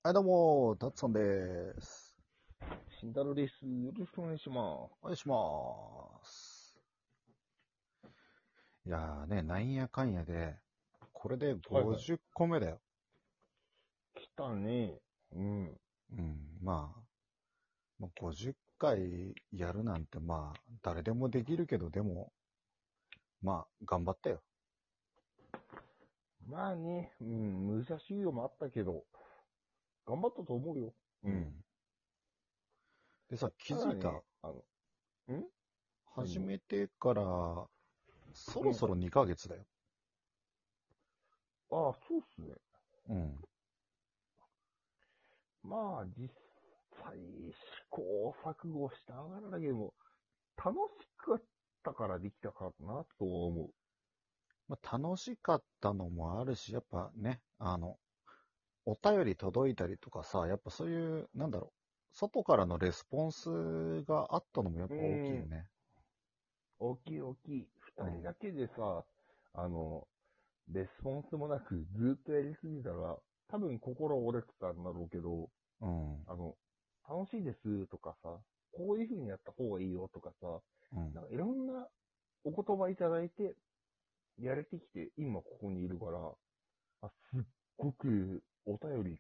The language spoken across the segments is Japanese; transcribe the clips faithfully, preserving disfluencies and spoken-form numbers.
はい、どうも、たつさんです。 慎太郎です。よろしくお願いしまお願いします。いやーね、なんやかんやで、これです。はいはい。 ごじゅっこめだよ。 来たね。うん。 うん、まあ、まあ、ごじゅっかいやるなんてまあ、誰でもできるけど、でも、まあ、頑張ったよ。 まあね、うん、難しいよもあったけど、頑張ったと思うよ。うん。 うん。でさ、気づいた。 ただね、あの、ん何を始めてから、そうん。 ろそろにかげつだよ。 ああ、そうっすね。 うん。 まあ、実際、試行錯誤しながらだけども、楽しかったからできたかなと思まあ、楽しかったのもあるし、やっぱね、あの、お便り届いたりとかさ、やっぱそういう、なんだろう、外からのレスポンスがあったのもやっう。うぱ大きいよん。 ね。 大きい大きい。 うん。 二人だけでさ、あの、レスポンスもなくずっとやりすぎたら、多分心折れてたんだろうけど、 うん。 あの、楽しいですとかさ、こういう風にやった方がいいよとかさ、 うん。 なんかいろんなお言葉いただいて、やれてきて、今ここにいるから、あ、すっごくお便りって、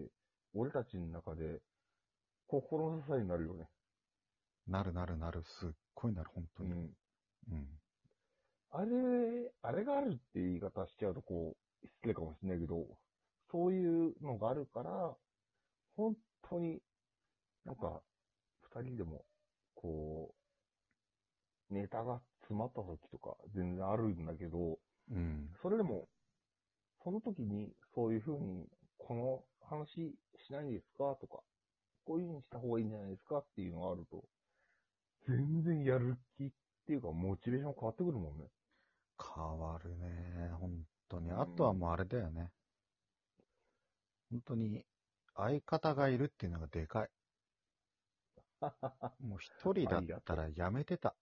俺たちの中で心の支えになるよね。 なるなるなる、すっごいなる、本当に。 うん。 うん。 あれ、あれがあるって言い方しちゃうとこう、失礼かもしれないけど、そういうのがあるから、本当になんか、二人でも、こう、ネタが詰まった時とか全然あるんだけど、 うん。 それでも、その時にそういう風に、この話しないんですかとか、こういう風にした方がいいんじゃないですかっていうのがあると、全然やる気っていうか、モチベーション変わってくるもんね。 変わるね、本当に。 うあとはもうん。 あれだよね。本当に、相方がいるっていうのがでかい。もう一人あだっりがとう。 たらやめてた。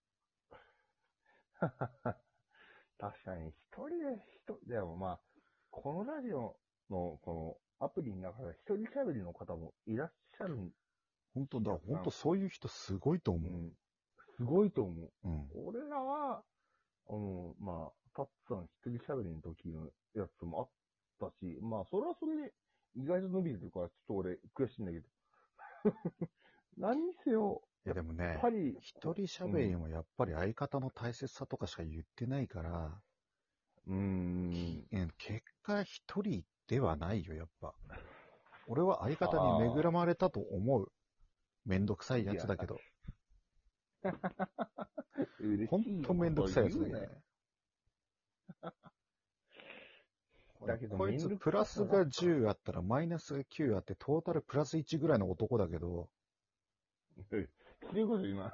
確かに、一人で、一人、でもまあ、このラジオの、このアプリの中で一人喋りの方もいらっしゃるん本当だ、 たくさん。 本当そういう人すごいと思うん。すごいと思う。 う。うん。 俺らは、あの、まあ、タッツさん一人喋りの時のやつもあったし、まあ、それはそれで意外と伸びてるから、ちょっと俺悔しいんだけど。何にせよ、 いややっでもね、 ぱり、こ一人うん。 喋りもやっぱり相方の大切さとかしか言ってないから、 うーん。 き結果一人ではないよ、やっぱ。俺は相方に恵はあ。 まれたと思う。めんどくさいいや、 やつだけど。 嬉ほんしいこととめんどくさいや言うね。 つだけどね。これだけど、 こいめんどくつプラスがささばっか。 じゅうあったらマイナスがきゅうあってトータルプラスいちぐらいの男だけど、 え、ひどいこと言うな。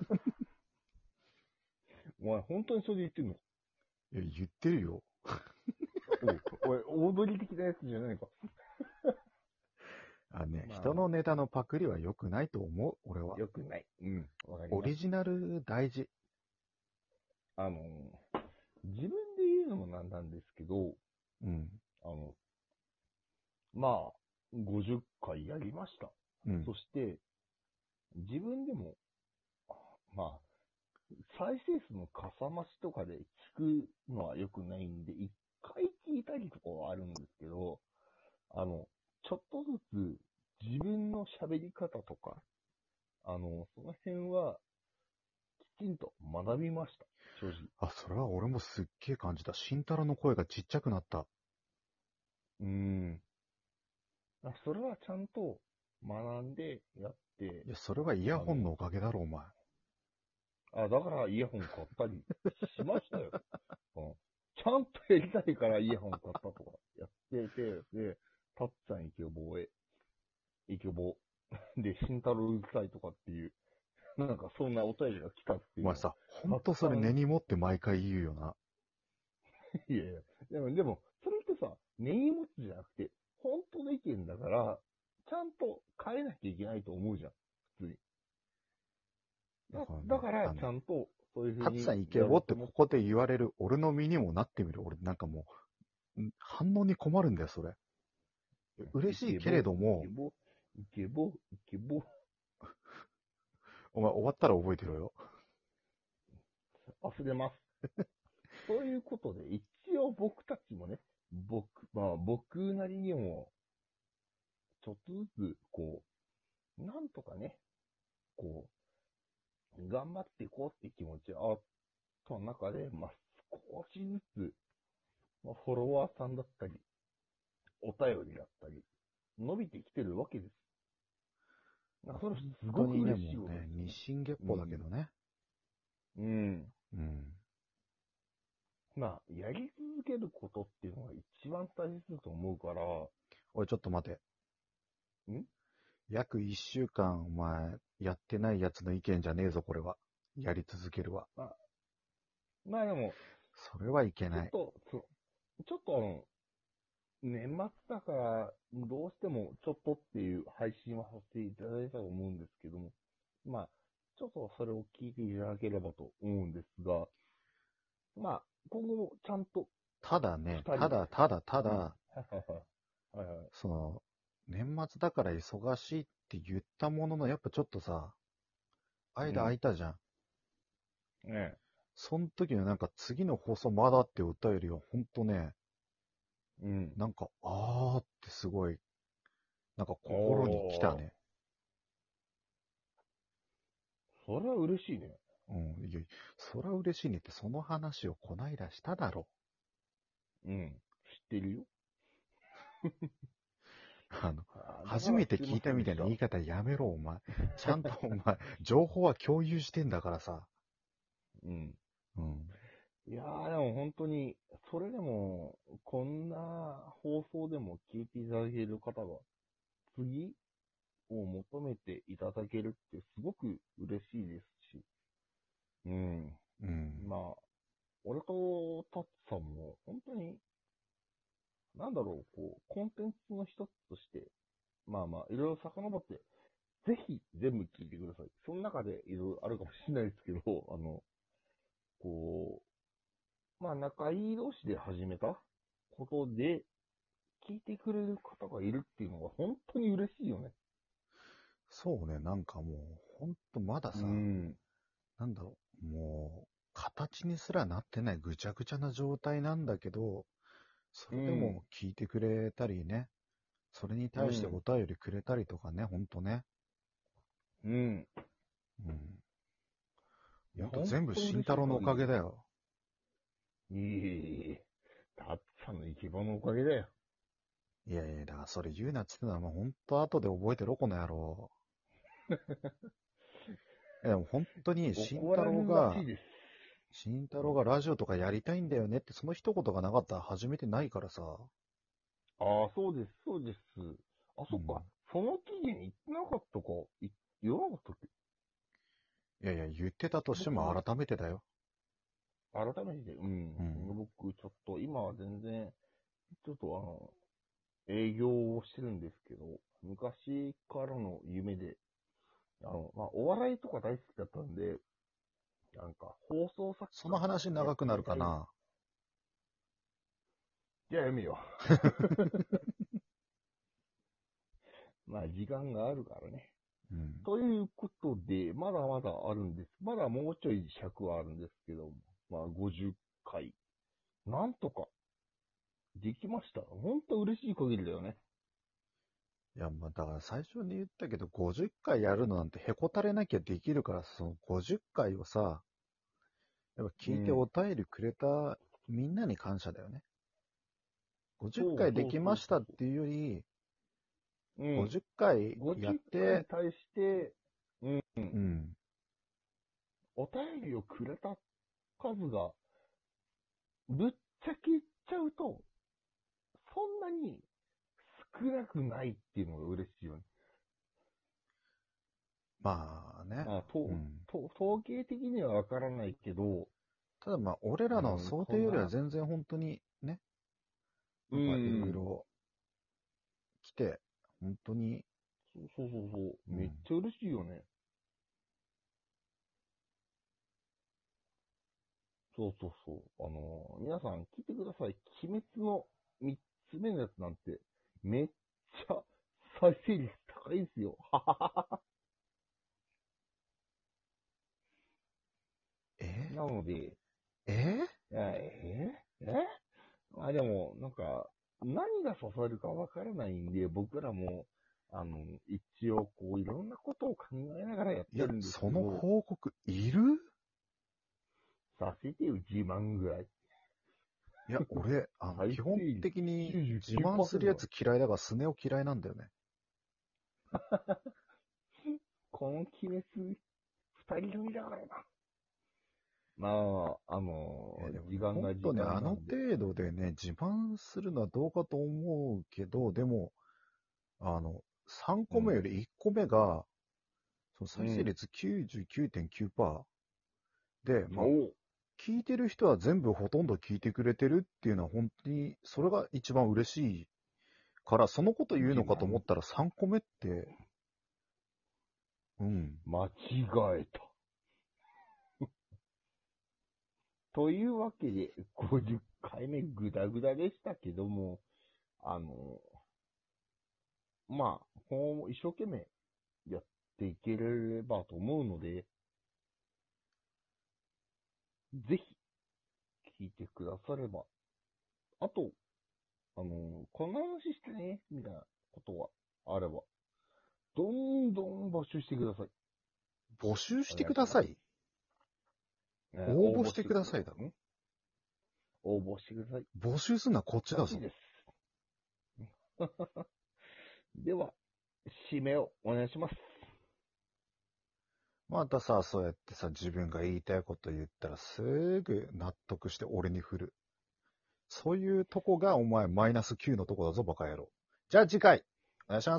お前、本当にそれ言ってんの？ いや、言ってるよ。 おい、おい、大鳥的なやつじゃないか。 あのね、人まあ、 のネタのパクリは良くないと思う、俺は。 よくない。うん、わかります。 オリジナル大事。 あの、自分で言うのもなんなんですけど、 うん。 あの、まあ、ごじゅっかいやりました。 うん。 そして、自分でも、まあ、再生数のかさ増しとかで聞くのは良くないんで、一回聞いたりとかはあるんですけど、あの、ちょっとずつ自分の喋り方とか、あの、その辺はきちんと学びました。正直。 あ、それは俺もすっげえ感じた。慎太郎の声がちっちゃくなった。 うーん。あそれはちゃんと学んでやって、 いや、それはイヤあの、 ホンのおかげだろ、お前。 あ、だからイヤホン買ったりしましたよ。うん、ちゃんとやりたいからイヤホン買ったとかやってて、で、たっちゃんイケボへ、イケボ。で、慎太郎うるさいとかっていう、なんかそんなお便りが来たっていうのを、 お前さ、ほんたくとそれ根さん、 に持って毎回言うよな。 いやいや、でも、でも、それってさ、根に持つじゃなくて、本当の意見だから、ちゃんと変えなきゃいけないと思うじゃん、普通に。だだからね、 だから、 あの、 ちゃんと、そういうふうタツさにんイケボっやろうと思って、 てここで言われる俺の身にもなってみる。俺なんかもう、ん反応に困るんだよ、それ。 嬉しいけれどもイケ、ボ、イケボ、イケボ、イケお前終わったら覚えてろよ。 ボ、忘れます。そういうことで、一応僕たちもね、僕、まあ僕なりにも、ちょっとずつ、こう、なんとかね、こう、頑張っていこうって気持ちがあった中で、まあ少しずつ、まあ、フォロワーさんだったり、お便りだったり、伸びてきてるわけです。なんかそれすごく本当にね、 嬉しいもうね、 ことですよね。 日進月歩だけどね。 うん。うん。 うん。 まあ、やり続けることっていうのが一番大切だと思うから、 おい、ちょっと待て。 ん約一週間、お前、やってないやつの意見じゃねえぞ、これは。やり続けるわ。 まあ、まあでも、 それはいけない。 ちょっと、そちょっとあの、年末だから、どうしてもちょっとっていう配信はさせていただいたと思うんですけども、まあ、ちょっとそれを聞いていただければと思うんですが、まあ、今後もちゃんとただね、 二人で、 ただ、ただ、たうん。 だ、 はいはいはい。はいはい。 その、年末だから忙しいって言ったものの、やっぱちょっとさ、間空いたじゃん。 うん。ねそん時のなんか次の放送まだってお便りはほんとね、 え。うん。 なんか、あーってすごい、なんか心に来たおー。 ね。 それは嬉しいね。 うん。いや、そら嬉しいねって、その話をこないだしただろ。 うん。知ってるよ。 あの、 あーだか初めてらすいま聞いたみたいなせんでした。 言い方やめろ、お前。ちゃんとお前、情報は共有してんだからさ。 うん。 うん。 いやー、でも本当に、それでも、こんな放送でも聞いていただける方が、次を求めていただけるってすごく嬉しいですし、うん。 うん。 まあ、俺とタッツさんも、本当に、なんだろう、こう、コンテンツの一つとして、まあまあ、いろいろ遡って、ぜひ全部聞いてください。その中でいろいろあるかもしれないですけど、あの、こう、まあ仲いい同士で始めたことで、聞いてくれる方がいるっていうのが本当に嬉しいよね。 そうね、なんかもう、ほんとまだうさ、 ん。 なんだろう、もう、形にすらなってないぐちゃぐちゃな状態なんだけど、それでうん。 も聞いてくれたりね、それに対してうん。 お便りくれたりとかね、ほんとね。 うん。 うん。 いや、 ほんと本全部慎当嬉し太郎のおい限りです。 かげだよ。 いえいえいえ。タッツさんの生き場のおかげだよ。 いやいや、だからそれ言うなっつってのは、もうほんと後で覚えてろ、この野郎。いや、でも本当に慎太怒られ郎が、 るらしいです。 慎太郎がラジオとかやりたいんだよねって、その一言がなかったら始めてないからさ。 ああ、そうです、そうです。あ、 うん。 そっか。その期限言ってなかったか。い言わなかったっけ？ いやいや、言ってたとしても僕、 改めてだよ。 改めて、うん。 うん。 僕、ちょっと、今は全然、ちょっとあの、営業をしてるんですけど、昔からの夢で、あの、まあ、お笑いとか大好きだったんで、なんか、放送作その家とか話長くなやってみたい。 るかな。 じゃあやめよう。まあ、時間があるからね。 うん。 ということで、まだまだあるんです。まだもうちょい尺はあるんですけども、まあ、ごじゅっかい。なんとか、できました。ほんと嬉しい限りだよね。 いや、まあ、だから最初に言ったけど、ごじゅっかいやるのなんてへこたれなきゃできるから、そのごじゅっかいをさ、やっぱ聞いてうん。 お便りくれたみんなに感謝だよね。50 そう回でそうそうきましたっそうそていうより、 う。うん。 ごじゅっかいや 50 っ回にて、 対して、うん。 うん。 お便りをくれた数が、ぶっちゃけ言っちゃうと、そんなに少なくないっていうのが嬉しいよね。 まあね。 まあ、と、 うん。 と、統計的にはわからないけど、 ただまあ、俺らのうん、 想定よりはこんな、 全然本当にね、 うなんかいろいん、 ろ来て、本当に、 そうそうそうそう、 うん。 めっちゃ嬉しいよね。そうそうそう。あのー皆さん聞いてください。鬼滅の三つ目のやつなんて、めっちゃ再生率高いですよ。はははは。 えなので、 ええええあ、でも、なんか、何が刺さるかわからないんで、僕らも、あの、一応、こう、いろんなことを考えながらやっいや、 てるんですそのけど、 広告いる？ させてよ、自慢ぐらい。 いや、俺、あの、 再基本生率的に自慢するやきゅうじゅうきゅうパーセントつ嫌いだが、スネ夫嫌いなんだよね。 だ。この鬼滅、二人組だからな。まあ、あのえーでもね、 時間が時本当ね、あの間なんで。 程度でね、自慢するのはどうかと思うけど、でも、あの、さんこめよりいっこめが、その再生率 きゅうじゅうきゅうてんきゅうパーセント で、まあ、 おう聞いてる人は全部ほとんど聞いてくれてるっていうのは本当に、それが一番嬉しいから、そのこと言うのかと思ったらさんこめって、うん。 間違えた。というわけで、ごじゅっかいめグダグダでしたけども、あの、まあ、今後も一生懸命やっていければと思うので、ぜひ聞いてくだされば。あと、あの、こんな話してね、みたいなことがあれば、どんどん募集してください。 募集してお願いします。 ください。 ね、 応募して応募してくださいだろ。 くださいね。応募してください。 募集するのはこっちだぞ。 らしいです。では、締めをお願いします。 またさ、そうやってさ、自分が言いたいこと言ったらすぐ納得して俺に振る。そういうとこがお前マイナスきゅうのとこだぞ、バカ野郎。じゃあ次回、お願いします。